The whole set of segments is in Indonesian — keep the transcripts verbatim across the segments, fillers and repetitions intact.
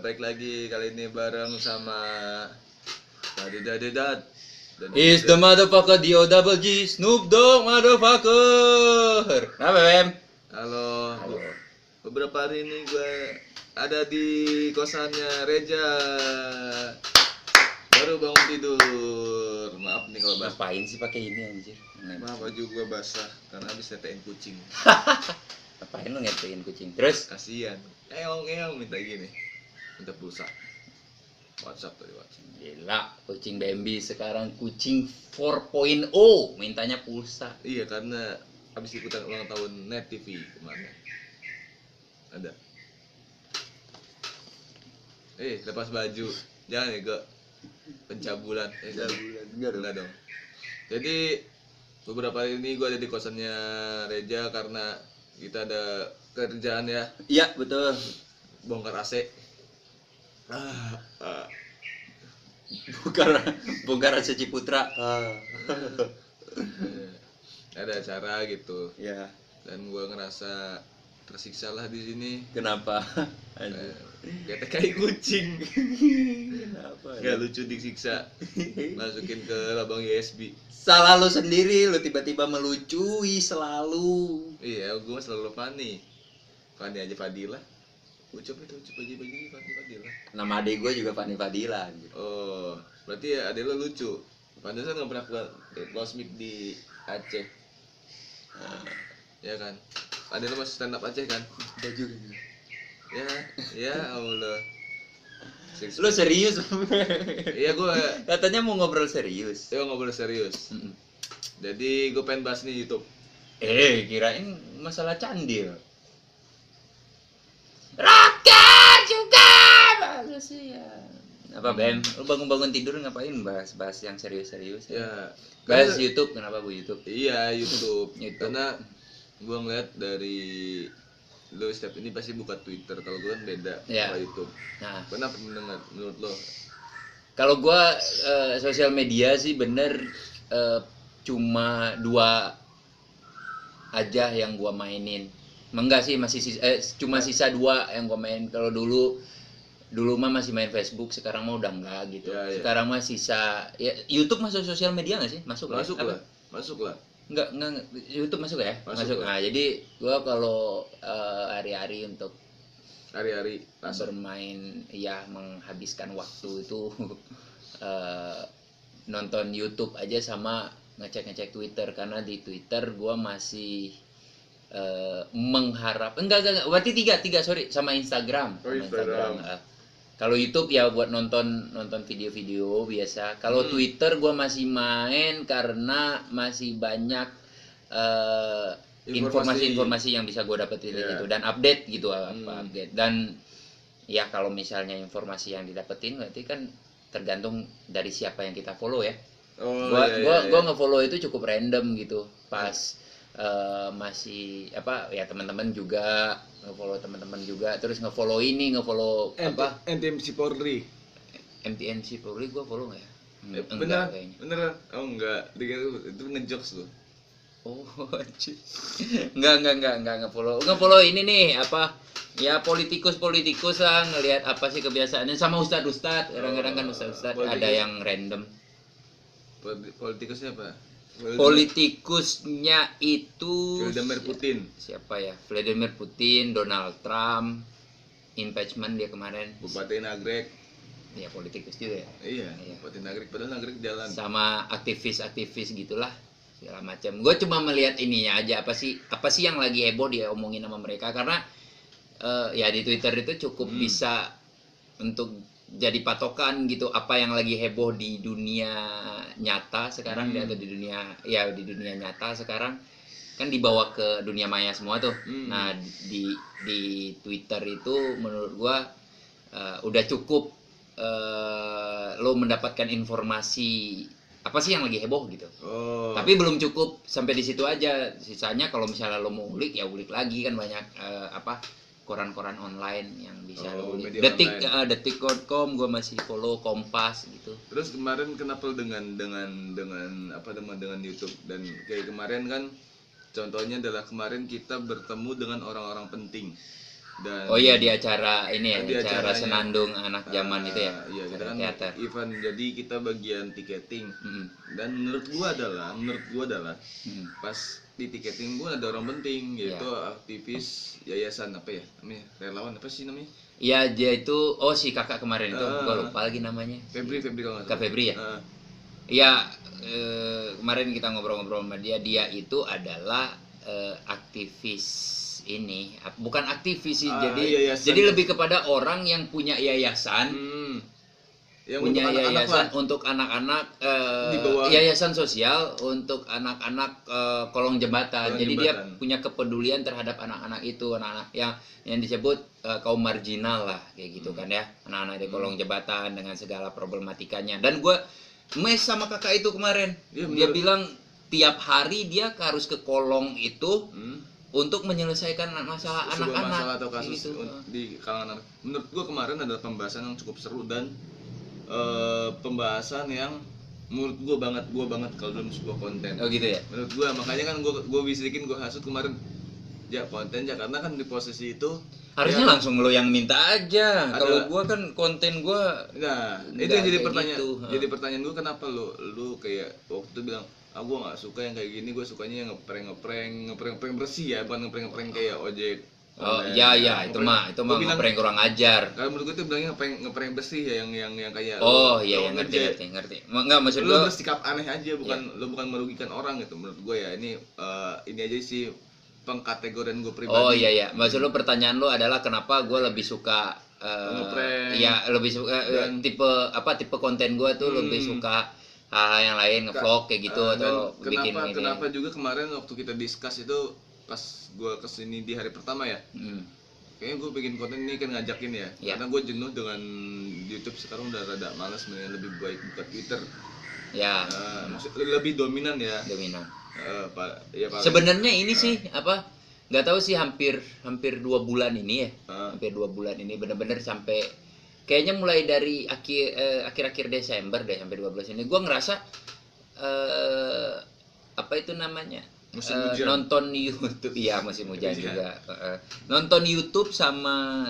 baik lagi kali ini bareng sama Dadidadat. Is the motherfucker D O double G Snoop Dogg motherfucker. Kenapa Bem? Halo. Halo. Beberapa hari ini gue ada di kosannya Reja. Baru bangun tidur. Maaf nih kalau basah. Ngapain sih pakai ini anjir? Maaf baju gue basah karena habis netein kucing. Ngapain lu ngetein kucing? Terus Kasian. Eong eong minta gini. Minta pulsa. WhatsApp tadi WhatsApp. gila, kucing Bambi sekarang kucing empat titik nol mintanya pulsa. Iya karena habis ikutan ulang tahun Net T V kemarin. Ada. Eh, lepas baju. Jangan ya, Gak. Pencabulan. Eh, pencabulan. Enggak dong. Enggak dong. Jadi beberapa hari ini gue ada di kosannya Reja karena kita ada kerjaan ya, Iya, betul. bongkar A C. Ah, ah. Bongkar bongkar Asia Ciputra. Ah. Eh, ada acara gitu Ya, dan gue ngerasa tersiksa lah di sini. kenapa? Eh, kayak kayak kucing. Kenapa? Gak lucu disiksa. Masukin ke lubang U S B. Salah lu sendiri, lu tiba-tiba melucui selalu. Iya, gue selalu Fani. Fani aja Fadila. Ucup itu, ucup aja baju Fani Fadila. Nama adik gue juga Fani Fadila anjir. Oh, berarti ya adek lo lucu. Pantesan nggak pernah keluar close meet di Aceh. Nah, ya kan? Adek lo masih stand up Aceh kan? Baju gitu. Ya, ya Allah. Six Lu serius? Iya gue, Katanya mau ngobrol serius. ya ngobrol serius. Mm-mm. Jadi gue pengen bahas nih YouTube. Eh, kirain masalah candil. Rocker juga manusia. Apa Bem? Lu bangun-bangun tidur ngapain bahas-bahas yang serius-serius? Ya, Bahas karena- YouTube, kenapa gue YouTube? Iya YouTube. YouTube. Karena gue ngeliat dari lo setiap ini pasti buka Twitter. Kalau gue kan beda Iya. sama YouTube. Nah, Kenapa mendengar menurut lo? kalau gua eh, sosial media sih bener eh, cuma dua aja yang gua mainin. Enggak sih, masih sisa, eh, cuma sisa dua yang gua main. Kalau dulu dulu mah masih main Facebook, sekarang mah udah enggak gitu. Ya, ya. Sekarang mah sisa ya, YouTube masuk sosial media nggak sih? Masuk lah. Masuk Apa? lah, masuk lah. Enggak, enggak, enggak. YouTube masuk ya? Masuk lah. Nah, jadi gua kalau eh, hari-hari untuk Hari-hari rasa. bermain ya menghabiskan waktu itu eh, nonton YouTube aja sama ngecek-ngecek Twitter, karena di Twitter gua masih eh, mengharap enggak, enggak enggak berarti tiga tiga sorry sama Instagram Oh, sama Instagram. eh. Kalau YouTube ya buat nonton nonton video-video biasa. Kalau Hmm. Twitter gua masih main karena masih banyak eh, Informasi. informasi-informasi yang bisa gue dapetin Iya. gitu dan update gitu apa Hmm. update. Dan ya kalau misalnya informasi yang didapetin berarti kan tergantung dari siapa yang kita follow ya. Oh, gua iya, gua iya, gua iya. nge-follow itu cukup random gitu pas eh, masih apa ya, teman-teman juga nge-follow teman-teman juga, terus nge-follow ini nge-follow apa N T M C Polri. M T N C Polri gua follow nggak ya? Hmm, Eh, enggak beneran? kayaknya. Beneran? Oh enggak, Dikira itu ngejokes lu. Oh, anjir. Enggak, enggak, enggak, enggak nge-follow. Nge-follow ini nih, apa? Ya politikus-politikus lah, ngelihat apa sih kebiasaannya, sama ustad-ustad. Kadang-kadang kan ustad-ustad Politikus. ada yang random. Politi- Politikusnya apa? Politikusnya itu Vladimir Putin. siapa ya? Vladimir Putin, Donald Trump, impeachment dia kemarin. Bupati Nagrek. Ya politikus juga ya. Iya, Iya. Bupati Nagrek, padahal Nagrek jalan. Sama aktivis-aktivis gitulah segala macam. Gue cuma melihat ininya aja, apa sih apa sih yang lagi heboh dia omongin sama mereka, karena eh, ya di Twitter itu cukup Hmm. bisa untuk jadi patokan gitu apa yang lagi heboh di dunia nyata sekarang Hmm. atau di dunia ya di dunia nyata sekarang kan dibawa ke dunia maya semua tuh. Hmm. Nah, di di Twitter itu menurut gua eh, udah cukup eh, lo mendapatkan informasi apa sih yang lagi heboh gitu. Oh. Tapi belum cukup sampai di situ aja. Sisanya kalau misalnya lo mau ulik ya ulik lagi, kan banyak eh, apa koran-koran online yang bisa Oh, lo ulik. media Detik online. eh, detik dot com gue masih follow, Kompas gitu. Terus kemarin kenapa lu dengan dengan dengan apa dengan dengan YouTube, dan kayak kemarin kan contohnya adalah kemarin kita bertemu dengan orang-orang penting. Dan Oh iya di acara ini ya, di acara acaranya. senandung anak zaman Ah, itu ya. Iya, kita acara kan teater. event, jadi kita bagian tiketing. Mm, Dan menurut gua adalah, menurut gua adalah mm. pas di tiketing gua ada orang penting, yaitu Iya. aktivis yayasan apa ya namanya, relawan apa sih namanya, Iya dia itu, oh si kakak kemarin itu, Ah. gua lupa lagi namanya. Febri Febri kalau nggak Kak salah. Febri ya. Ah, Iya, eh, kemarin kita ngobrol-ngobrol sama dia, dia itu adalah eh, aktivis ini, ap- bukan aktivis sih, Ah, jadi yayasan. jadi lebih kepada orang yang punya yayasan, hmm. Yang punya untuk anak-anak yayasan lah. untuk anak-anak, eh, Di bawah. yayasan sosial untuk anak-anak eh, kolong jembatan. Kolong Jadi dia jembatan. punya kepedulian terhadap anak-anak itu, anak-anak yang yang disebut eh, kaum marginal lah kayak gitu Hmm. kan ya, anak-anak di Hmm. kolong jembatan dengan segala problematikanya. Dan gue mes sama kakak itu kemarin, Iya, dia bener. bilang tiap hari dia harus ke kolong itu Hmm. untuk menyelesaikan masalah Sebuah anak-anak masalah atau kayak kasus gitu. un- di kalangan anak. Menurut gua kemarin ada pembahasan yang cukup seru dan eh, pembahasan yang menurut gua banget gua banget kalau dalam sebuah konten. Oh gitu ya. Menurut gua makanya kan gua gua bisikin, gua hasut kemarin ya konten ya, karena kan di posisi itu Harusnya ya, langsung lo yang minta aja. Ada- Kalau gua kan konten gua nah itu Nggak yang jadi kayak pertanyaan gitu, ha. jadi pertanyaan gua, kenapa lu lu kayak waktu itu bilang, ah gua nggak suka yang kayak gini, gua sukanya yang ngeprank ngeprank ngeprank ngeprank bersih ya, bukan ngeprank ngeprank kayak ojek Oh online. iya iya Nah, itu ngeprank- mah itu gua mah bilang, ngeprank kurang ajar. kalau menurut gue itu bilangnya ngeprank ngeprank bersih ya, yang yang yang kayak Oh lu- iya lu iya ngerti ngerjain- ngerti ngerti. Ma- Enggak maksud lu gua bersikap aneh aja, bukan lu bukan merugikan orang gitu menurut gue ya. Ini eh, ini aja sih pengkategorian gue pribadi. Oh iya iya. Maksud lu pertanyaan lu adalah kenapa gua lebih suka eh, Ngeprank. iya lebih suka eh, Dan- tipe apa tipe konten gua tuh Hmm. lebih suka hal-hal yang lain, ngevlog kayak gitu Eh, atau dan bikin kenapa ini. kenapa juga kemarin waktu kita discuss itu pas gue kesini di hari pertama ya, Hmm. kayaknya gue bikin konten ini kan ngajakin ya, Iya. karena gue jenuh dengan YouTube sekarang, udah rada malas, mendingan lebih baik buka Twitter. Ya, Eh, maksud lebih dominan ya. dominan. Eh, Pak, ya Pak. Sebenarnya ini sih apa? Nggak tahu sih hampir hampir dua bulan ini ya. Ah. Hampir dua bulan ini bener-bener sampai kayaknya mulai dari akhir eh, akhir-akhir Desember deh sampai dua belas ini gua ngerasa eh apa itu namanya? Musim Eh, hujan. nonton YouTube, iya musim hujan Iya. juga. Eh, nonton YouTube sama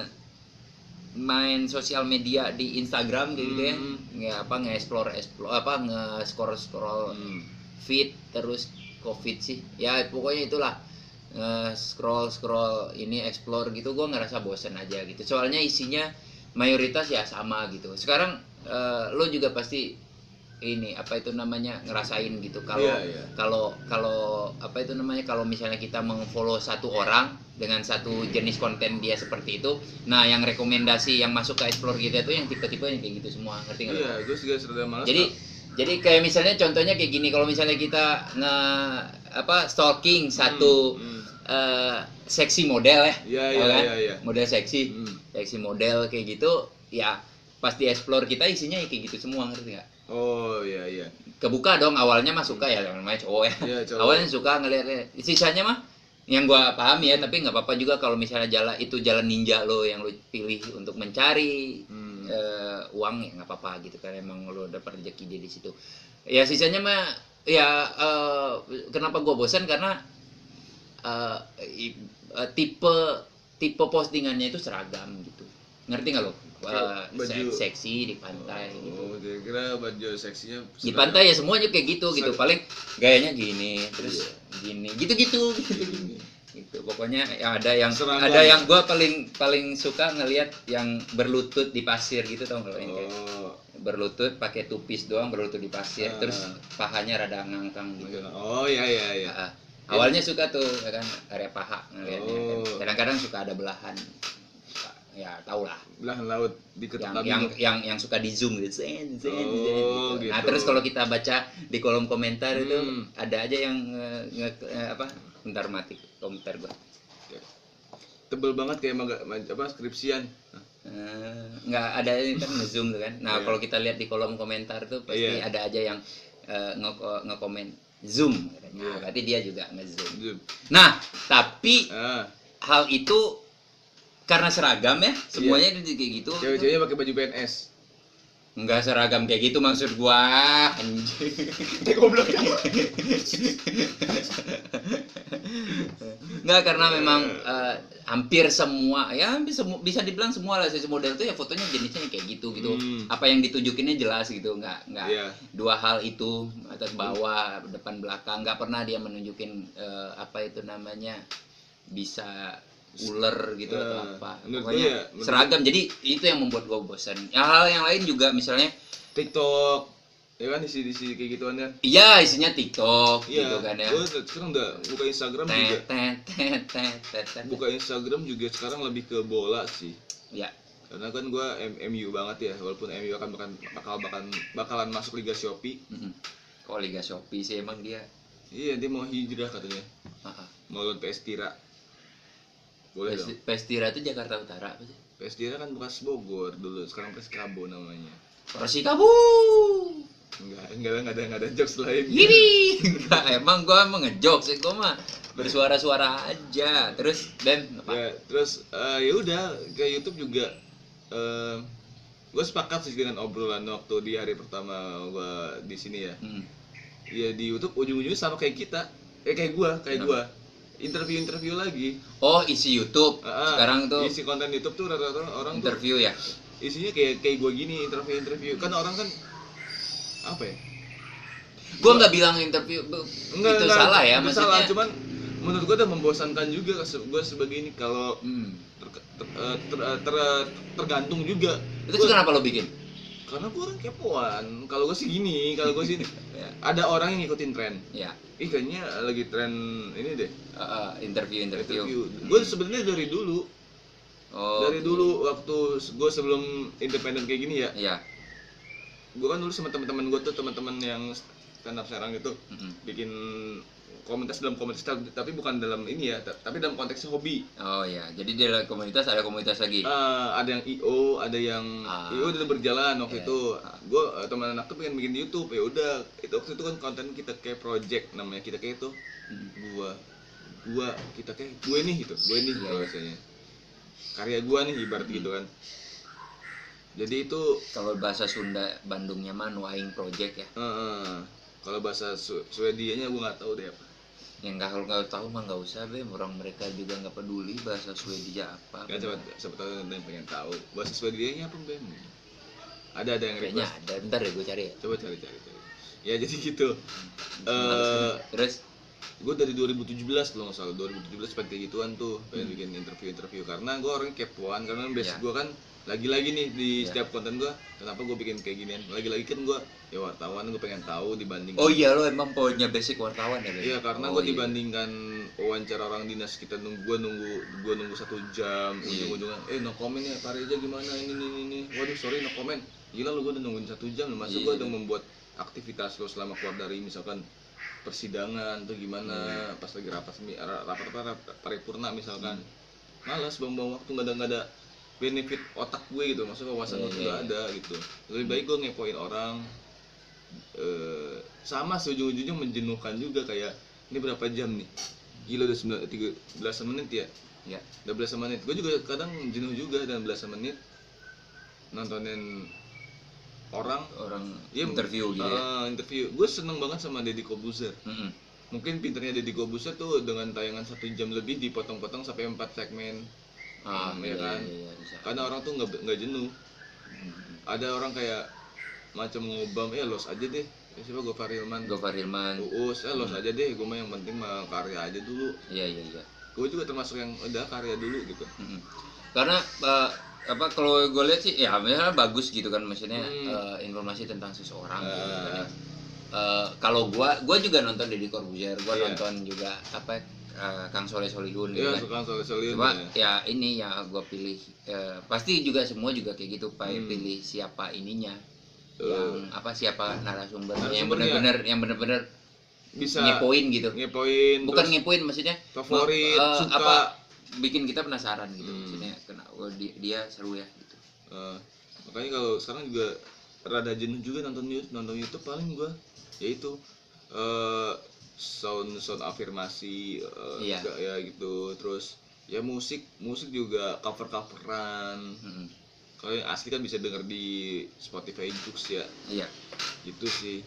main sosial media di Instagram gitu ya. Hmm. Nggak apa nge-explore explore apa nge-scroll scroll Hmm. feed terus covid sih ya pokoknya itulah scroll scroll ini explore gitu gue ngerasa bosen aja gitu soalnya isinya mayoritas ya sama gitu sekarang eh, lo juga pasti ini apa itu namanya ngerasain gitu kalau Iya, iya. kalau kalau apa itu namanya kalau misalnya kita mengfollow satu orang dengan satu jenis konten dia seperti itu nah yang rekomendasi yang masuk ke explore kita itu yang tipe-tipe yang kayak gitu semua ngerti nggak lo? Iya, gue juga serada malas. Jadi jadi kayak misalnya contohnya kayak gini kalau misalnya kita nge apa stalking satu Hmm, hmm. eh, seksi model ya, Iya, tau iya, kan? iya, iya. Model seksi, Hmm. seksi model kayak gitu, ya pasti explore kita isinya ya kayak gitu semua ngerti nggak? Oh iya iya. Kebuka dong awalnya mah suka ya namanya cowok ya. Iya, cowok. Awalnya suka ngeliat sisanya mah yang gua pahami ya tapi nggak apa-apa juga kalau misalnya jalan itu jalan ninja lo yang lo pilih untuk mencari Hmm. eh, uang ya nggak apa-apa gitu kan emang lo dapat rezeki dia di situ ya sisanya mah ya eh, kenapa gua bosan karena eh, i- eh, tipe tipe postingannya itu seragam gitu ngerti nggak lo Kayak Eh, baju- se- seksi di pantai gitu Oh, kira-kira baju seksinya di pantai ya semuanya kayak gitu gitu Ser- paling gayanya gini terus Iya. gini gitu-gitu gitu Gini. gitu pokoknya ya ada yang Seragam. ada yang gua paling paling suka ngelihat yang berlutut di pasir gitu tau nggak lo yang kayak Oh. berlutut pakai tupis doang berlutut di pasir Ah. terus pahanya rada ngangkang gitu Oh iya iya iya. Ah, ah. awalnya suka tuh ya kan area paha ngelihatnya kan. Oh. Kadang-kadang suka ada belahan ya tau lah Belahan laut di yang ketuk yang yang yang suka di zoom gitu, zen, zen, zen, Oh, gitu. Nah gitu. terus kalau kita baca di kolom komentar itu Hmm. ada aja yang nge- nge- eh, apa bentar mati komentar gua tebel banget kayak maga, ma- apa skripsian. Eh, nggak ada ini kan ngezoom tuh kan nah Iya. kalau kita lihat di kolom komentar tuh pasti Iya. ada aja yang eh, nge- ngekomen zoom katanya. Nah, Iya. berarti dia juga ngezoom Zoom. nah tapi Ah, hal itu karena seragam ya semuanya itu kayak gitu cewek-ceweknya pakai baju P N S. Enggak seragam kayak gitu maksud gua. Anjing. Goblok. Enggak, karena memang eh, hampir semua ya hampir semua bisa dibilang semua lah sesi model itu ya fotonya jenisnya kayak gitu gitu. Hmm. Apa yang ditujukinnya jelas gitu, enggak enggak Iya. dua hal itu atas bawah, depan belakang, enggak pernah dia menunjukin eh, apa itu namanya bisa ular gitu atau Eh, apa. menurut Pokoknya gue ya, menurut seragam. Jadi itu yang membuat gua bosan. Ya, hal yang lain juga misalnya TikTok ya kan isi-isi kayak gituan kan. iya isinya TikTok Iya, gitu kan ya. gue sekarang udah buka Instagram juga. Tet, tet, tet, tet, tet, tet. Buka Instagram juga sekarang lebih ke bola sih. Ya. Karena kan gue M MU banget ya, walaupun M U akan bakal bakal bakalan, bakalan masuk Liga Shopee. Mm-mm. Kok Liga Shopee sih emang dia? Iya, dia mau hijrah katanya. Ah, ah. Mau lawan P S Tira. Boleh dong. Pes- Pestira itu Jakarta Utara apa sih? P S Tira kan bekas Bogor dulu, sekarang Persikabo namanya. Persikabu. Enggak, enggak ada enggak ada enggak ada jokes lain. Gini. Enggak, emang gua emang ngejok sih gua mah bersuara-suara aja. Terus Ben apa? Ya, terus eh, ya udah ke YouTube juga eh gue sepakat sih dengan obrolan waktu di hari pertama gue di sini ya. Hmm. Ya di YouTube ujung-ujungnya sama kayak kita. Eh kayak gua, kayak Kenapa? gua. Interview-interview lagi. Oh, isi YouTube. Ah, Sekarang tuh isi konten YouTube tuh rata-rata orang tuh interview ya. isinya kayak kayak gua gini, interview-interview. Kan orang kan apa ya? Gua nggak bilang interview bu- Enggak, itu enggak, salah ya, itu maksudnya. salah, cuman menurut gua udah membosankan juga gue sebagai ini kalau Hmm. ter, ter, eh, ter, eh, ter- tergantung juga. Itu tuh Gua- kenapa lo bikin? Karena gue orang kepoan. Kalau gue sih gini, kalau gue sih Ya. ada orang yang ngikutin tren. Ya. Ih kayaknya lagi tren ini deh. Uh, uh, interview interview. Interview. Gue sebenarnya dari dulu, Oh, dari dulu waktu gue sebelum independen kayak gini ya. Iya. Gue kan dulu sama teman-teman gue tuh teman-teman yang stand up sekarang itu Mm-mm. bikin komunitas dalam komunitas tapi bukan dalam ini ya, t- tapi dalam konteks hobi. Oh ya, jadi di dalam komunitas ada komunitas lagi. Eh, ada yang I O, ada yang Ah. I O udah berjalan waktu Iya. itu. Gue teman anak tuh pengen bikin YouTube ya udah. Itu waktu itu kan konten kita kayak project namanya kita kayak itu. Hmm. Gua, gua kita kayak gue nih gitu, gue nih Iya. kalau biasanya. Karya gua nih ibarat gitu kan. Jadi itu Kalau bahasa Sunda Bandungnya mah Nuaing Project ya. eh, eh, kalau bahasa Su- Swedianya gua nggak tahu deh apa. Yang nggak kalau nggak tahu mah nggak usah be, orang mereka juga nggak peduli bahasa Swedia apa. Kan siapa siapa tahu ada yang pengen tahu. Bahasa Swedianya apa Ben? Ada ada yang Kayaknya request. ada, ntar ya gue cari ya. Coba cari cari cari. Ya jadi gitu. Eh Terus gue dari dua ribu tujuh belas kalau nggak salah dua ribu tujuh belas pengen kayak gituan tuh pengen Hmm. bikin interview-interview karena gue orangnya kepoan karena basic Ya. gue kan lagi-lagi nih di Ya. setiap konten gue kenapa gue bikin kayak ginian lagi-lagi kan gue ya wartawan gue pengen tahu dibanding oh iya lo emang punya basic wartawan ya? Be? iya karena Oh, gue iya. dibandingkan wawancara orang dinas kita nunggu gue nunggu gue nunggu satu jam Iya. ujung-ujungnya eh no comment ya Pak Reza gimana ini ini ini waduh sorry no comment gila lu gue udah nungguin satu jam lu masa Iya. gue udah membuat aktivitas lo selama keluar dari misalkan persidangan tuh gimana Iya. pas lagi rapat semi- ra- rapat apa rapat paripurna misalkan malas buang-buang waktu nggak ada nggak ada benefit otak gue gitu maksudnya wawasan Iya, gue iya, nggak iya. ada gitu lebih baik gue ngepoin orang eh sama sih ujung-ujungnya menjenuhkan juga kayak ini berapa jam nih gila udah sembilan tiga belas menit ya Ya. udah belasan menit gue juga kadang jenuh juga dan belasan menit nontonin orang Orang ya, interview gitu ya. eh, interview gue seneng banget sama Deddy Kobuzer Mm-mm. mungkin pinternya Deddy Kobuzer tuh dengan tayangan satu jam lebih dipotong-potong sampai empat segmen. Ah, Hmm, iya, ya kan? iya, iya, bisa. Karena orang tuh nggak nggak jenuh. Mm-mm. Ada orang kayak macam ngobam, eh los aja deh. Ya, siapa Gofar Hilman, Gofar Hilman. Uus, eh los Hmm. aja deh. Gue mah yang penting mah karya aja dulu. Iya, iya, iya. Gue juga termasuk yang udah karya dulu gitu. Mm-mm. Karena eh, apa kalau gue lihat sih ya misalnya bagus gitu kan maksudnya Hmm. eh, informasi tentang seseorang gitu Ah. kan ya. Eh, kalau gua gua juga nonton Deddy Corbuzier, gua Iya. nonton juga apa eh, Kang Soleh Solihun gitu Iya, kan. suka soal Solion Cuma ya. ya ini yang gua pilih eh, pasti juga semua juga kayak gitu Pak, Hmm. pilih siapa ininya. Eh. Yang apa siapa narasumbernya yang Narasumbernya. benar-benar yang benar-benar Bisa ngepoin gitu. ngepoin Bukan terus ngepoin maksudnya favorit, eh, suka. apa bikin kita penasaran gitu Hmm. maksudnya kena oh, dia, dia seru ya gitu. Eh, makanya kalau sekarang juga rada jenuh juga nonton YouTube, nonton YouTube paling gua yaitu eh sound sound afirmasi eh, Iya. juga ya gitu terus ya musik musik juga cover coveran Mm-mm. Kalau yang asli kan bisa denger di Spotify Jux ya. Iya. Gitu sih.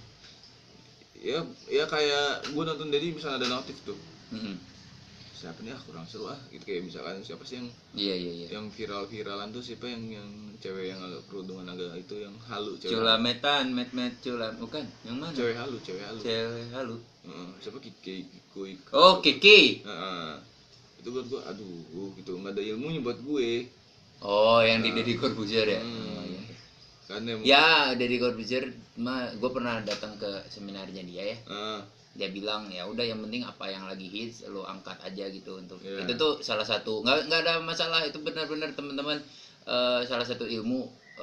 Ya ya kayak gue nonton jadi misalnya ada notif tuh. Mm-hmm. Siapa nih ah kurang seru ah gitu, kayak misalkan siapa sih yang Iya iya iya. yang viral-viralan tuh siapa yang yang cewek yang agak kerudungan agak itu yang halu cewek. Culametan, met met culam, bukan? Yang mana? Cewek halu, cewek halu. Cewek halu. Uh, siapa Kiki Kiki. Oh, Kiki. Heeh. Uh, itu buat gue aduh gitu nggak ada ilmunya buat gue. Oh, yang di Nah. Deddy Corbuzier ya. Hmm. Oh, iya. Karena Ya, Deddy Corbuzier mah gue pernah datang ke seminarnya dia ya. uh, Dia bilang ya udah yang penting apa yang lagi hits lo angkat aja gitu untuk Yeah. itu tuh salah satu nggak nggak ada masalah, itu benar-benar teman-teman eh, salah satu ilmu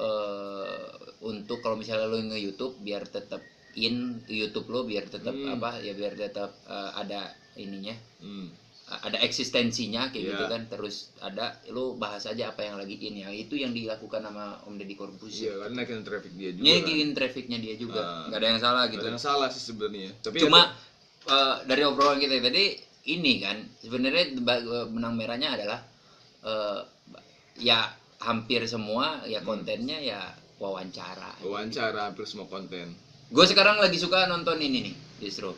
eh, untuk kalau misalnya lo nge YouTube biar tetap in YouTube lo biar tetap Hmm. apa ya biar tetap eh, ada ininya hmm. ada eksistensinya kayak Yeah. gitu kan, terus ada lo bahas aja apa yang lagi in ya, itu yang dilakukan sama Om Deddy Corbuzier. Iya, karena naikin traffic dia juga. Nyegiin trafficnya dia juga, Ah. nggak ada yang salah Gitu. gitu. Ada yang salah sih sebenarnya. Tapi Cuma ada- eh, dari obrolan kita tadi ini kan sebenarnya ba- benang merahnya adalah eh, ya hampir semua ya Hmm. kontennya ya wawancara. wawancara hampir semua konten. Gue sekarang lagi suka nonton ini nih justru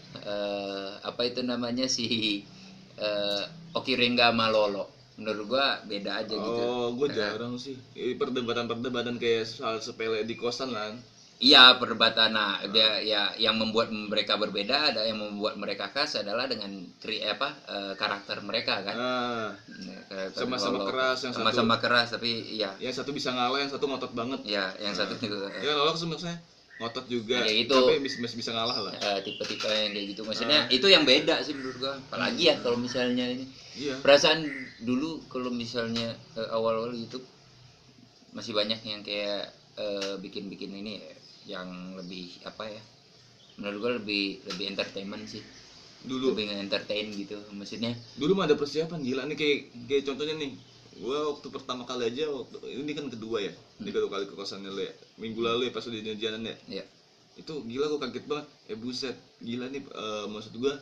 Eh, apa itu namanya si eh, Oki Rengga Malolo. Menurut gua beda aja gitu. Oh, gue Nah, jarang sih. Ini perdebatan-perdebatan kayak soal sepele di kosan lah. Iya, perdebatan. Nah, dia ya yang membuat mereka berbeda, ada yang membuat mereka khas adalah dengan kri, apa eh, karakter mereka kan. Ah, Nah, karakter sama-sama Lolo. keras, yang sama-sama keras tapi ya yang satu bisa ngalah, yang satu ngotot banget. ya yang satu itu Ya Lolo sebenarnya ngotot juga, Ya, itu. tapi bisa, bisa bisa ngalah lah. eh, tipe-tipe yang kayak gitu. Maksudnya Ah. itu yang beda sih menurut gua. Apalagi ya kalau misalnya ini Iya. perasaan dulu kalau misalnya eh, awal-awal YouTube masih banyak yang kayak eh, bikin-bikin ini ya, yang lebih apa ya? Menurut gua lebih lebih entertainment sih. Dulu, Lebih entertain gitu. Maksudnya dulu mah ada persiapan gila nih, kayak kayak contohnya nih. Gua waktu pertama kali aja, waktu ini kan kedua ya, ini kedua kali ke kosannya lo ya. Minggu lalu ya pas udah jajanan ya. ya Itu gila, gua kaget banget. Eh buset, gila nih, eh, maksud gua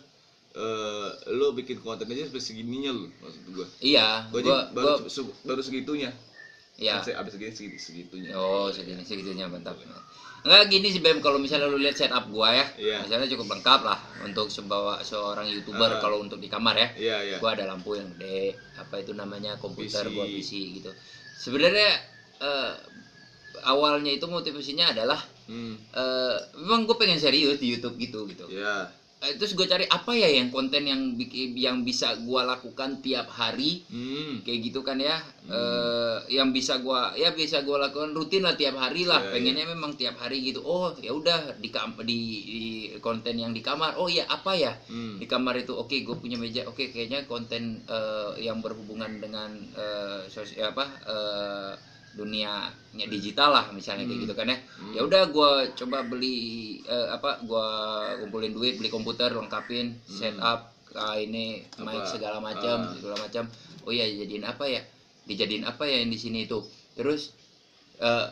eh lo bikin konten aja sampai segininya lo, maksud gua. iya, Gua, gua aja baru gua se- baru segitunya. ya Saya abis segini segini segitunya. oh segini segitunya mantap. Enggak gini sih Bem, kalau misalnya lu lihat setup gua ya, Iya. misalnya cukup lengkap lah untuk sebawa seorang YouTuber Ah. kalau untuk di kamar ya. Iya, iya. Gua ada lampu yang gede, apa itu namanya komputer P C. gua P C gitu. Sebenarnya eh, awalnya itu motivasinya adalah Hmm. eh, memang gue pengen serius di YouTube gitu gitu. Ya. Eh, terus gue cari apa ya yang konten yang bikin yang bisa gua lakukan tiap hari Hmm. kayak gitu kan ya. Hmm. Eh, yang bisa gua ya bisa gua lakukan rutin lah tiap hari lah. Ya, Pengennya memang tiap hari gitu. Oh ya udah di, kam- di di konten yang di kamar. Oh ya apa ya Hmm. di kamar itu, oke gue punya meja, oke kayaknya konten eh, yang berhubungan dengan eh, sos- ya apa eh, dunia digital lah misalnya kayak Hmm. gitu kan ya. Hmm. Ya udah gue coba beli eh, apa gue kumpulin duit beli komputer lengkapin Hmm. setup ah, ini mic Apa? segala macam Ah. segala macam. Oh ya jadiin apa ya dijadiin apa ya yang di sini itu terus eh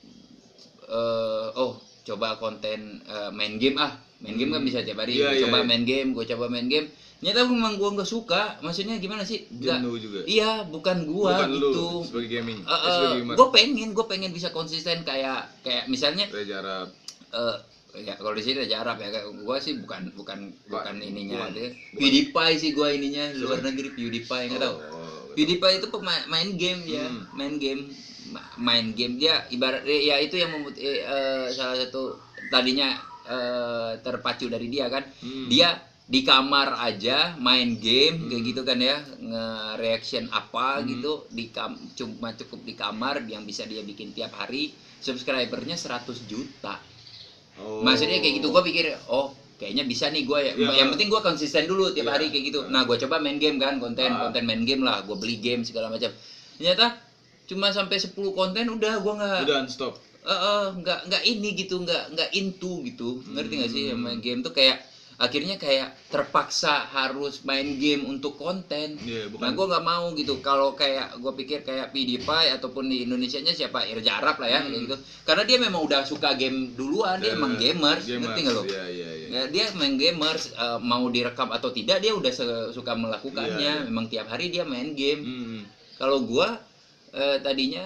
eh, oh coba konten eh, main game ah main game kan Hmm. bisa tiap hari. Iya, Gua iya, coba iya. main game gue coba main game nyata memang gue nggak suka, maksudnya gimana sih nggak Jenuh juga. iya bukan gua Bukan gitu lu sebagai gaming. Eh, sebagai gamer. gue pengen gue pengen bisa konsisten kayak kayak misalnya Reza Arab. eh ya kalau di sini Raja Arab ya kayak gue sih bukan bukan bukan Bukan. ininya Bukan. dia Bukan. PewDiePie sih gue ininya luar negeri PewDiePie nggak tahu. Oh, PewDiePie itu pemain main game ya, Hmm. main game, Ma- main game dia ibarat ya itu yang memut eh, eh, salah satu tadinya eh, terpacu dari dia kan, Hmm. dia di kamar aja main game kayak gitu kan ya, nge-reaction apa Hmm. gitu di kam cuma cukup di kamar yang bisa dia bikin tiap hari, subscribernya seratus juta. Oh. Maksudnya kayak gitu, gue pikir oh kayaknya bisa nih gue ya. Ya. Yang penting gue konsisten dulu tiap Ya. hari kayak gitu. Nah gue coba main game kan, konten Ah. konten main game lah, gue beli game segala macam. Ternyata cuma sampai sepuluh konten udah gue nggak Udah stop. eh, eh, nggak nggak ini gitu, nggak nggak into gitu. Ngerti nggak sih Hmm. main game tuh kayak akhirnya kayak terpaksa harus main game untuk konten. Iya, Nah bukan. gue nggak mau gitu. Kalau kayak gue pikir kayak PewDiePie ataupun di Indonesianya siapa Irja Arab lah ya Hmm. kayak gitu. Karena dia memang udah suka game duluan, dia Eh, emang gamers, ngerti nggak lo? Iya, iya, iya. Ya, dia main gamers, eh, mau direkam atau tidak dia udah se- suka melakukannya. Iya, iya. Memang tiap hari dia main game. Hmm. Kalau gua eh, tadinya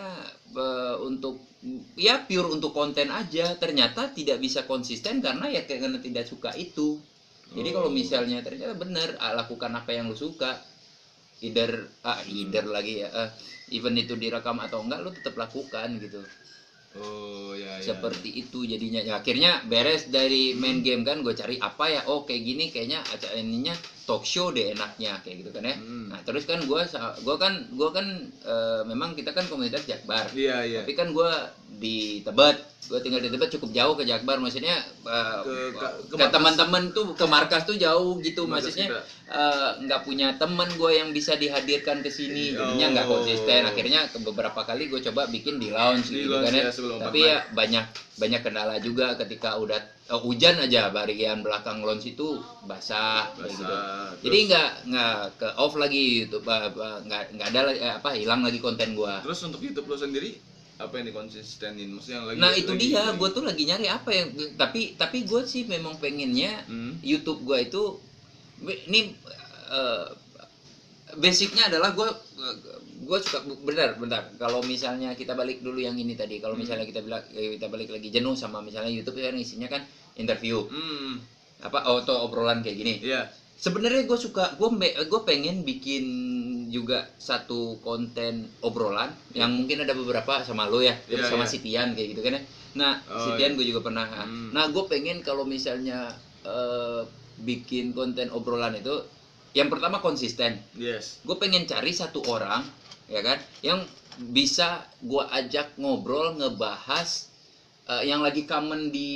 uh, untuk ya pure untuk konten aja, ternyata tidak bisa konsisten karena ya karena tidak suka itu. Jadi kalau Oh. misalnya ternyata bener ah, lakukan apa yang lu suka, either ah either lagi ya, uh, even itu direkam atau enggak lu tetap lakukan gitu. Oh ya ya. Seperti itu jadinya. Ya, akhirnya beres dari main game kan, gue cari apa ya, oh kayak gini kayaknya acara ininya talk show deh enaknya kayak gitu kan ya. Hmm. Nah terus kan gue gua kan gua kan eh, memang kita kan komunitas Jakbar, Iya iya. tapi kan gue di Tebet, gue tinggal di Tebet cukup jauh ke Jakbar, maksudnya eh, Ke- ke, ke- ke ke markas. teman-teman tuh ke markas tuh jauh gitu, Markas maksudnya kita. eh, nggak punya teman gue yang bisa dihadirkan ke sini, jadinya nggak Oh. konsisten. Akhirnya ke beberapa kali gue coba bikin di lounge Di gitu lounge kan ya, ya, sebelum tapi open ya banyak banyak kendala juga ketika udah eh, hujan aja bagian belakang lounge itu basah, kayak gitu. Basah. Jadi nggak nggak ke off lagi YouTube, eh, eh, nggak nggak ada lagi, eh, apa hilang lagi konten gua. Terus untuk YouTube lo sendiri apa yang dikonsistenin? Maksudnya yang lagi Nah itu lagi- dia, lagi- gue tuh lagi nyari apa yang, tapi tapi gue sih memang pengennya Hmm. YouTube gua itu ini eh, basicnya adalah gue gue suka benar benar kalau misalnya kita balik dulu yang ini tadi, kalau Hmm. misalnya kita bilang kita balik lagi jenuh sama misalnya YouTube yang isinya kan interview Hmm. apa atau obrolan kayak gini. Iya. Sebenarnya gue suka, gue gue pengen bikin juga satu konten obrolan yang mungkin ada beberapa sama lo ya, terus Iya, sama iya. si Tian kayak gitu kan ya. Nah, Oh, si Tian iya. gue juga pernah. Hmm. Nah, gue pengen kalau misalnya eh, bikin konten obrolan itu, yang pertama konsisten. Yes. Gue pengen cari satu orang, ya kan, yang bisa gue ajak ngobrol ngebahas eh, yang lagi common di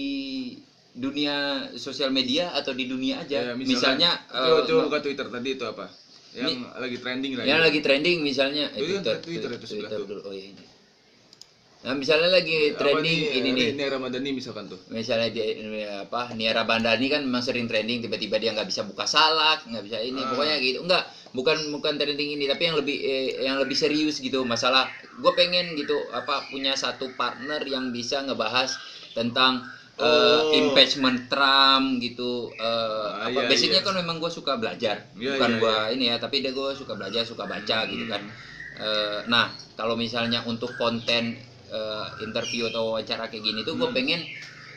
dunia sosial media atau di dunia aja. Ya, misalnya coba, eh, coba buka Twitter tadi itu apa? Yang Ini- lagi trending lah. yang ya. lagi trending misalnya eh, Itu kan Twitter, Twitter itu sebelah Twitter tuh. dulu. Oh iya ini. Nah, misalnya lagi Apa trending nih, ini nih. Nia Ramadhani misalkan tuh. Misalnya dia apa Nia Rabandani kan memang sering trending, tiba-tiba dia nggak bisa buka salak, nggak bisa ini, Ah. pokoknya gitu. Enggak, bukan bukan trending ini, tapi yang lebih eh, yang lebih serius gitu masalah. Gue pengen gitu apa punya satu partner yang bisa ngebahas tentang eh, Oh. impeachment Trump gitu. eh, Ah, apa iya, basicnya iya. kan memang gue suka belajar, Iya, bukan iya, gue ini ya, tapi dia gue suka belajar, suka baca Hmm. gitu kan. Eh, nah kalau misalnya untuk konten eh, interview atau wawancara kayak gini tuh gue Hmm. pengen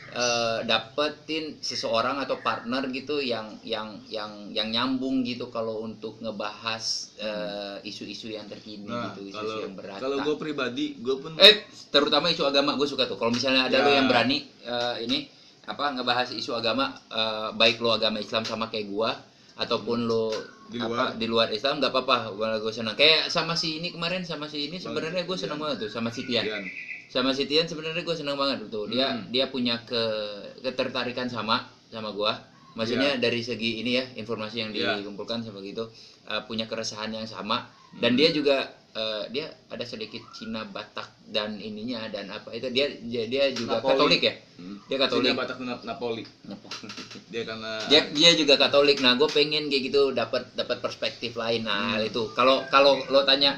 eh, dapetin seseorang atau partner gitu yang yang yang yang nyambung gitu kalau untuk ngebahas eh, isu-isu yang terkini Nah, gitu, isu-isu kalau yang berat. kalau Nah, gue pribadi, gue pun eh terutama isu agama gue suka tuh. Kalau misalnya ada Ya. lo yang berani eh, ini apa ngebahas isu agama, eh, baik lo agama Islam sama kayak gua ataupun lo Di apa luar. di luar Islam nggak apa-apa, gue senang. Kayak sama si ini kemarin, sama si ini sebenarnya gue senang Tian. banget tuh sama si Tian. Tian. Sama si Tian sebenarnya gue senang banget tuh. Dia Hmm. dia punya ke ketertarikan sama sama gua. Maksudnya Iya. dari segi ini ya, informasi yang Iya. dikumpulkan sama gitu, eh, punya keresahan yang sama. Dan Hmm. dia juga eh, dia ada sedikit Cina, Batak dan ininya dan apa itu dia dia, dia juga Napoli. Katolik ya. Hmm. Dia Katolik. Cina, Batak, Nap- Napoli. Dia karena Dia dia juga Katolik. Nah, gue pengen kayak gitu dapat dapat perspektif lain. Nah, Hmm. itu kalau kalau lo tanya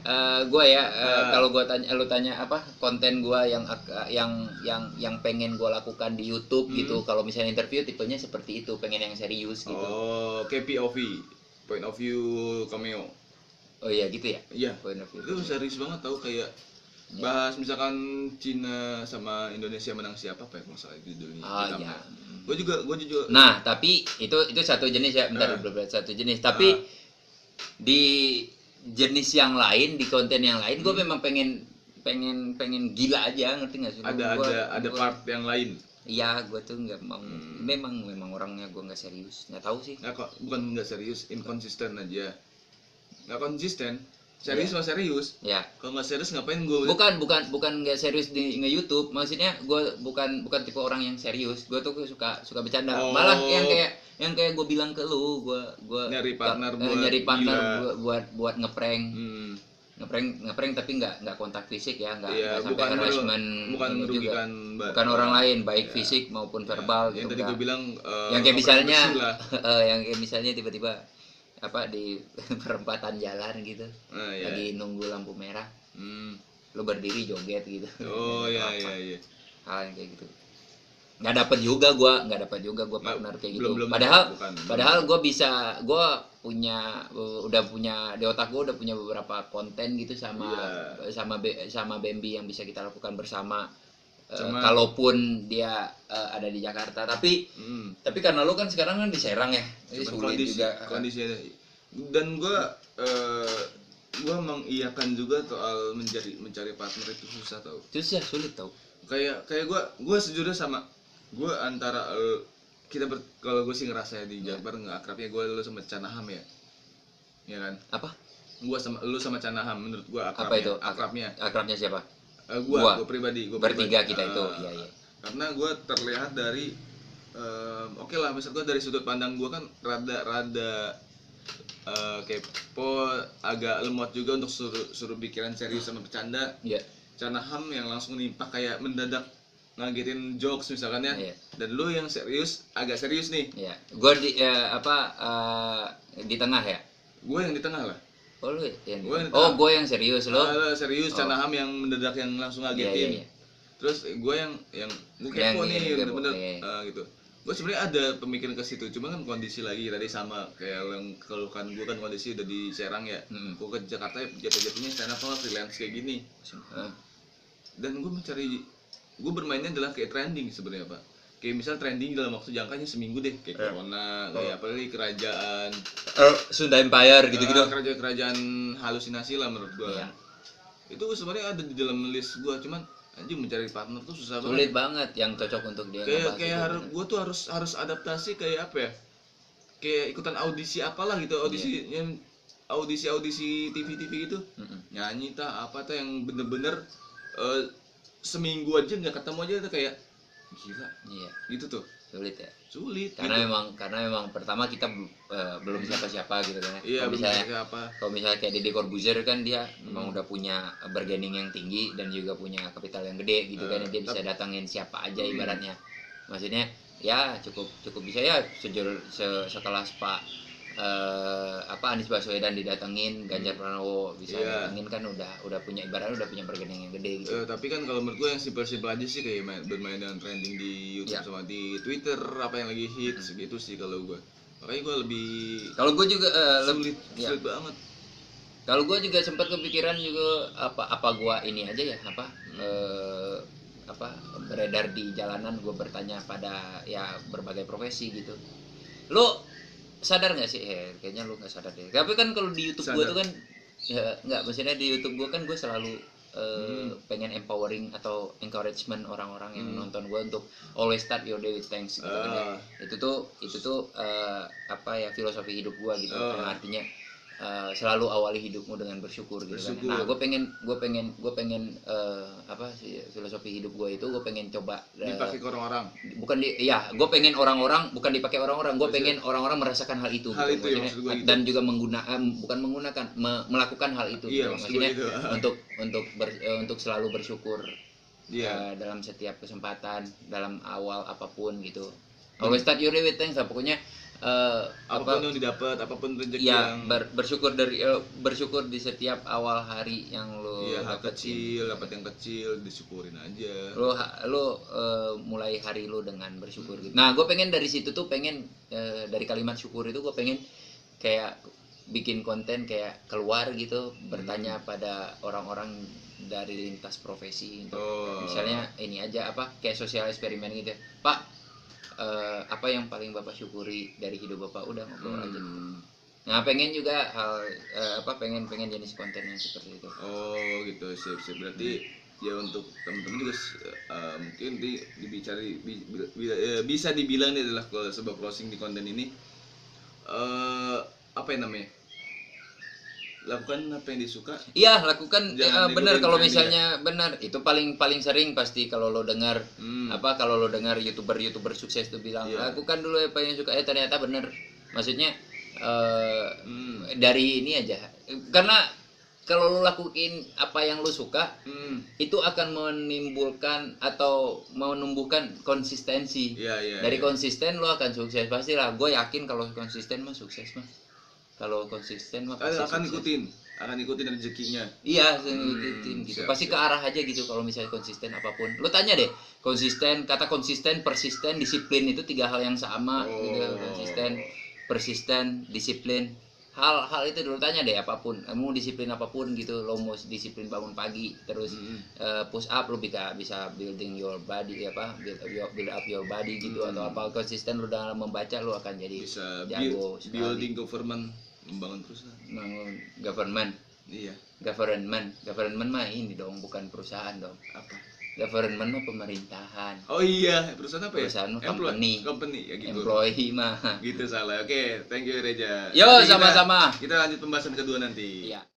gue ya, eh, Nah. kalau gue tanya lo tanya apa konten gue yang ak- yang yang yang pengen gue lakukan di YouTube Hmm. gitu. Kalau misalnya interview tipenya seperti itu, pengen yang serius gitu. Oh, K P O V, point of view cameo. Oh iya gitu ya. Iya. Point of view. Itu serius banget tau, kayak Ya. bahas misalkan Cina sama Indonesia menang siapa apa ya masalah itu judulnya. Ah, iya. Gue juga gue juga Nah, tapi itu itu satu jenis ya, bentar Ah. dulu satu jenis. Tapi Ah. di jenis yang lain, di konten yang lain, gue Hmm. memang pengen pengen pengen gila aja, ngerti nggak sih? ada Gua- ada ada gua- part yang lain. Iya, gue tuh nggak mau. Hmm. Memang memang orangnya gue nggak serius, nggak tahu sih. Nah, kok bukan nggak serius, inconsistent aja. Nggak konsisten. Serius Iya. mah serius. Ya, Kalau nggak serius ngapain gue? bukan bukan bukan nggak serius di nge YouTube. Maksudnya gue bukan bukan tipe orang yang serius. Gue tuh suka suka bercanda. Oh. Malah yang kayak yang kayak gue bilang ke lu, gue gue Nyari partner eh, buat nyari partner gila. buat buat buat ngeprank. Hmm. ngeprank ngeprank tapi nggak nggak kontak fisik ya, nggak Iya, nggak sampai bukan meru- harassment bukan ini juga. merugikan ba- Bukan orang lain, baik Ya. fisik maupun Ya, verbal yang gitu, tadi nggak. gue bilang eh, Yang kayak misalnya bersih lah. eh, yang kayak misalnya tiba-tiba apa di perempatan jalan gitu, Nah, ya. lagi nunggu lampu merah, Hmm. lo berdiri joget gitu. Oh ya Apa, ya ya. hal yang kayak gitu. nggak dapat juga gue nggak dapat juga gue partner kayak gitu. Belum, belum, padahal bukan, padahal belum. gue bisa gue punya uh, udah punya di otak gue udah punya beberapa konten gitu sama Iya. sama Be- sama Bambi yang bisa kita lakukan bersama. Uh, Cuma- kalaupun dia uh, ada di Jakarta, tapi Hmm. tapi karena lu kan sekarang kan di Serang ya, jadi Cuman sulit kondisi, juga. kondisinya. Dan gue uh, gue mengiyakan juga soal mencari mencari partner itu susah tau. Susah, sulit tau. Kayak kayak gue gue sejujurnya sama gue antara uh, kita ber, kalau gue sih ngerasa ya di Jabar nggak akrabnya gue lu sama Canaham ya, ya kan? Apa? Gue sama lu sama Canaham menurut gue akrabnya. Apa itu? Akrabnya. Akrabnya siapa? Uh, gue Gua. gue pribadi gue Bertiga pribadi. kita itu, Uh, iya iya. Karena gue terlihat dari um, oke lah misal gue dari sudut pandang gue kan rada rada uh, kepo, agak lemot juga untuk suruh suruh pikiran serius sama bercanda. Iya. Canaham yang langsung nimpa kayak mendadak ngagetin jokes misalkan ya. Iya. Dan lu yang serius agak serius nih. Iya. Gua di eh, apa eh, di tengah ya? Gue yang di tengah lah. Oh lu yang Gua yang di Oh, tengah. gue yang serius lo. Ah, serius Oh. Canaham yang mendadak yang langsung Iya, ngagetin. iya, iya. Terus gue yang yang gue Yang- kepo yang nih kepo, bener-bener iya. ah, gitu. Gue sebenarnya ada pemikiran ke situ, cuma kan kondisi lagi tadi sama kayak yang keluhkan gue kan kondisi udah di Serang ya. Mm-mm. Gue ke Jakarta ya jatuh-jatuhnya stand up sama freelance kayak gini. Heeh. Dan gue mencari, gue bermainnya adalah kayak trending sebenarnya pak. Kayak misal trending dalam waktu jangkanya seminggu deh, kayak Eh. corona, kayak apa lagi kerajaan, Eh, Sunda Empire gitu-gitu. ah, kerajaan-kerajaan halusinasi lah menurut gue. Iya. Itu sebenarnya ada di dalam list gue, cuman anjing mencari partner tuh susah banget. Sulit banget yang cocok untuk dia Kayak ngebahas kayak itu, harus bener. gue tuh harus harus adaptasi kayak apa ya? Kayak ikutan audisi apalah gitu, audisi Iya. yang audisi audisi T V T V gitu. Mm-mm. Nyanyi tah apa tah yang bener-bener eh, seminggu aja nggak ketemu aja tuh kayak gila Iya, gitu tuh sulit ya. sulit Karena gitu. memang karena memang pertama kita eh, belum siapa-siapa gitu kan. ya. Iya Kalau belum misalnya tahu apa. kalau misalnya kayak Deddy Corbuzier kan dia Hmm. memang udah punya bargaining yang tinggi dan juga punya kapital yang gede gitu kan, Eh, dia bisa tapi- datangin siapa aja Hmm. ibaratnya. Maksudnya ya cukup cukup bisa ya sejur se- sekelas Pak eh, apa Anies Baswedan didatengin, Ganjar Pranowo bisa Iya. datengin kan udah udah punya ibaratnya udah punya bargaining yang gede gitu. Eh, tapi kan kalau menurut gue yang simpel-simpel aja sih kayak main, bermain dengan trending di YouTube Iya. sama di Twitter apa yang lagi hits gitu sih kalau gue. Makanya gue lebih Kalau gue juga eh, sulit lebih ya. sulit banget. Kalau gue juga sempat kepikiran juga apa apa gue ini aja ya apa eh, apa beredar di jalanan gue bertanya pada ya berbagai profesi gitu. Lo sadar nggak sih? Eh, kayaknya lo nggak sadar deh. Tapi kan kalau di YouTube gue Sadar. tuh kan ya nggak maksudnya di YouTube gue kan gue selalu eh, Hmm. pengen empowering atau encouragement orang-orang yang Hmm. nonton gue untuk always start your day with thanks gitu kan ya. Ah. Itu tuh itu tuh eh, apa ya filosofi hidup gue gitu. Oh. Yang artinya eh, selalu awali hidupmu dengan bersyukur gitu Bersyukur. kan. Nah, gue pengen gue pengen gue pengen eh, apa sih filosofi hidup gue itu gue pengen coba eh, Dipakai ke orang-orang. bukan di ya gue pengen orang-orang bukan dipakai orang-orang gue Maksudnya- pengen orang-orang merasakan hal itu Hal gitu. itu ya, Maksudnya, maksud gua gitu. dan juga menggunakan bukan menggunakan me- melakukan hal itu Iya, gitu. maksud Maksudnya gua gitu. untuk untuk ber- eh, untuk selalu bersyukur Iya. eh, dalam setiap kesempatan dalam awal apapun gitu. Hmm. Always start your day with thanks lah. Pokoknya eh, Apapun apa yang didapat, apapun rezeki ya yang ber- bersyukur dari eh, bersyukur di setiap awal hari yang lo iya hal dapetin. kecil, dapat yang kecil disyukurin aja. Lo ha- lo eh, mulai hari lo dengan bersyukur gitu. Nah, gue pengen dari situ tuh pengen eh, dari kalimat syukur itu gue pengen kayak bikin konten kayak keluar gitu bertanya pada orang-orang dari lintas profesi untuk Oh. misalnya ini aja apa kayak sosial eksperimen gitu ya. Pak, eh, apa yang paling Bapak syukuri dari hidup Bapak? Udah ngobrol aja. Hmm. Nah, pengen juga hal eh, apa pengen pengen jenis konten yang seperti itu. Oh gitu, sip sip. Berarti ya untuk teman-teman juga eh, mungkin di, dibicari bi- bi- bi- eh, bisa dibilang ini adalah kalau sebuah closing di konten ini eh apa yang namanya? Lakukan apa yang disuka. Iya, lakukan Jangan eh, benar ngikutin kalau trending misalnya benar itu paling paling sering pasti kalau lo dengar Hmm. apa kalau lo dengar youtuber-youtuber sukses tuh bilang Iya. lakukan dulu apa yang suka eh ternyata benar. Maksudnya eh, Hmm. dari ini aja. Karena kalau lo lakuin apa yang lo suka Hmm. itu akan menimbulkan atau menumbuhkan konsistensi. Iya iya. Dari iya. konsisten lo akan sukses pastilah. Gue yakin kalau konsisten mah sukses mah. Kalau konsisten mah Eh, pasti akan sukses. ikutin, akan ikutin rezekinya. Iya, ngikutin Hmm, gitu. siap, Pasti ke siap. arah aja gitu kalau misalnya konsisten apapun. Lu tanya deh, konsisten, kata konsisten, persisten, disiplin itu tiga hal yang sama gitu. Oh. Konsisten, persisten, disiplin. Hal-hal itu dulu tanya deh apapun. Kamu disiplin apapun gitu, lo mau disiplin bangun pagi, terus Hmm. eh, push up, lo bisa bisa building your body apa, build up your, build up your body gitu, Hmm. atau apa konsisten lo dalam membaca, lo akan jadi Bisa jago build, sekali. building government, membangun perusahaan. Bangun government. Iya. Government, government mah ini dong, bukan perusahaan dong. Apa? Government mah pemerintahan. Oh iya, perusahaan apa ya? Perusahaan mah Employ- company. Company ya gitu. Employee mah. Gitu salah. Oke, thank you Reja. Yo, Nanti kita- sama-sama. Kita lanjut pembahasan kedua nanti. Iya.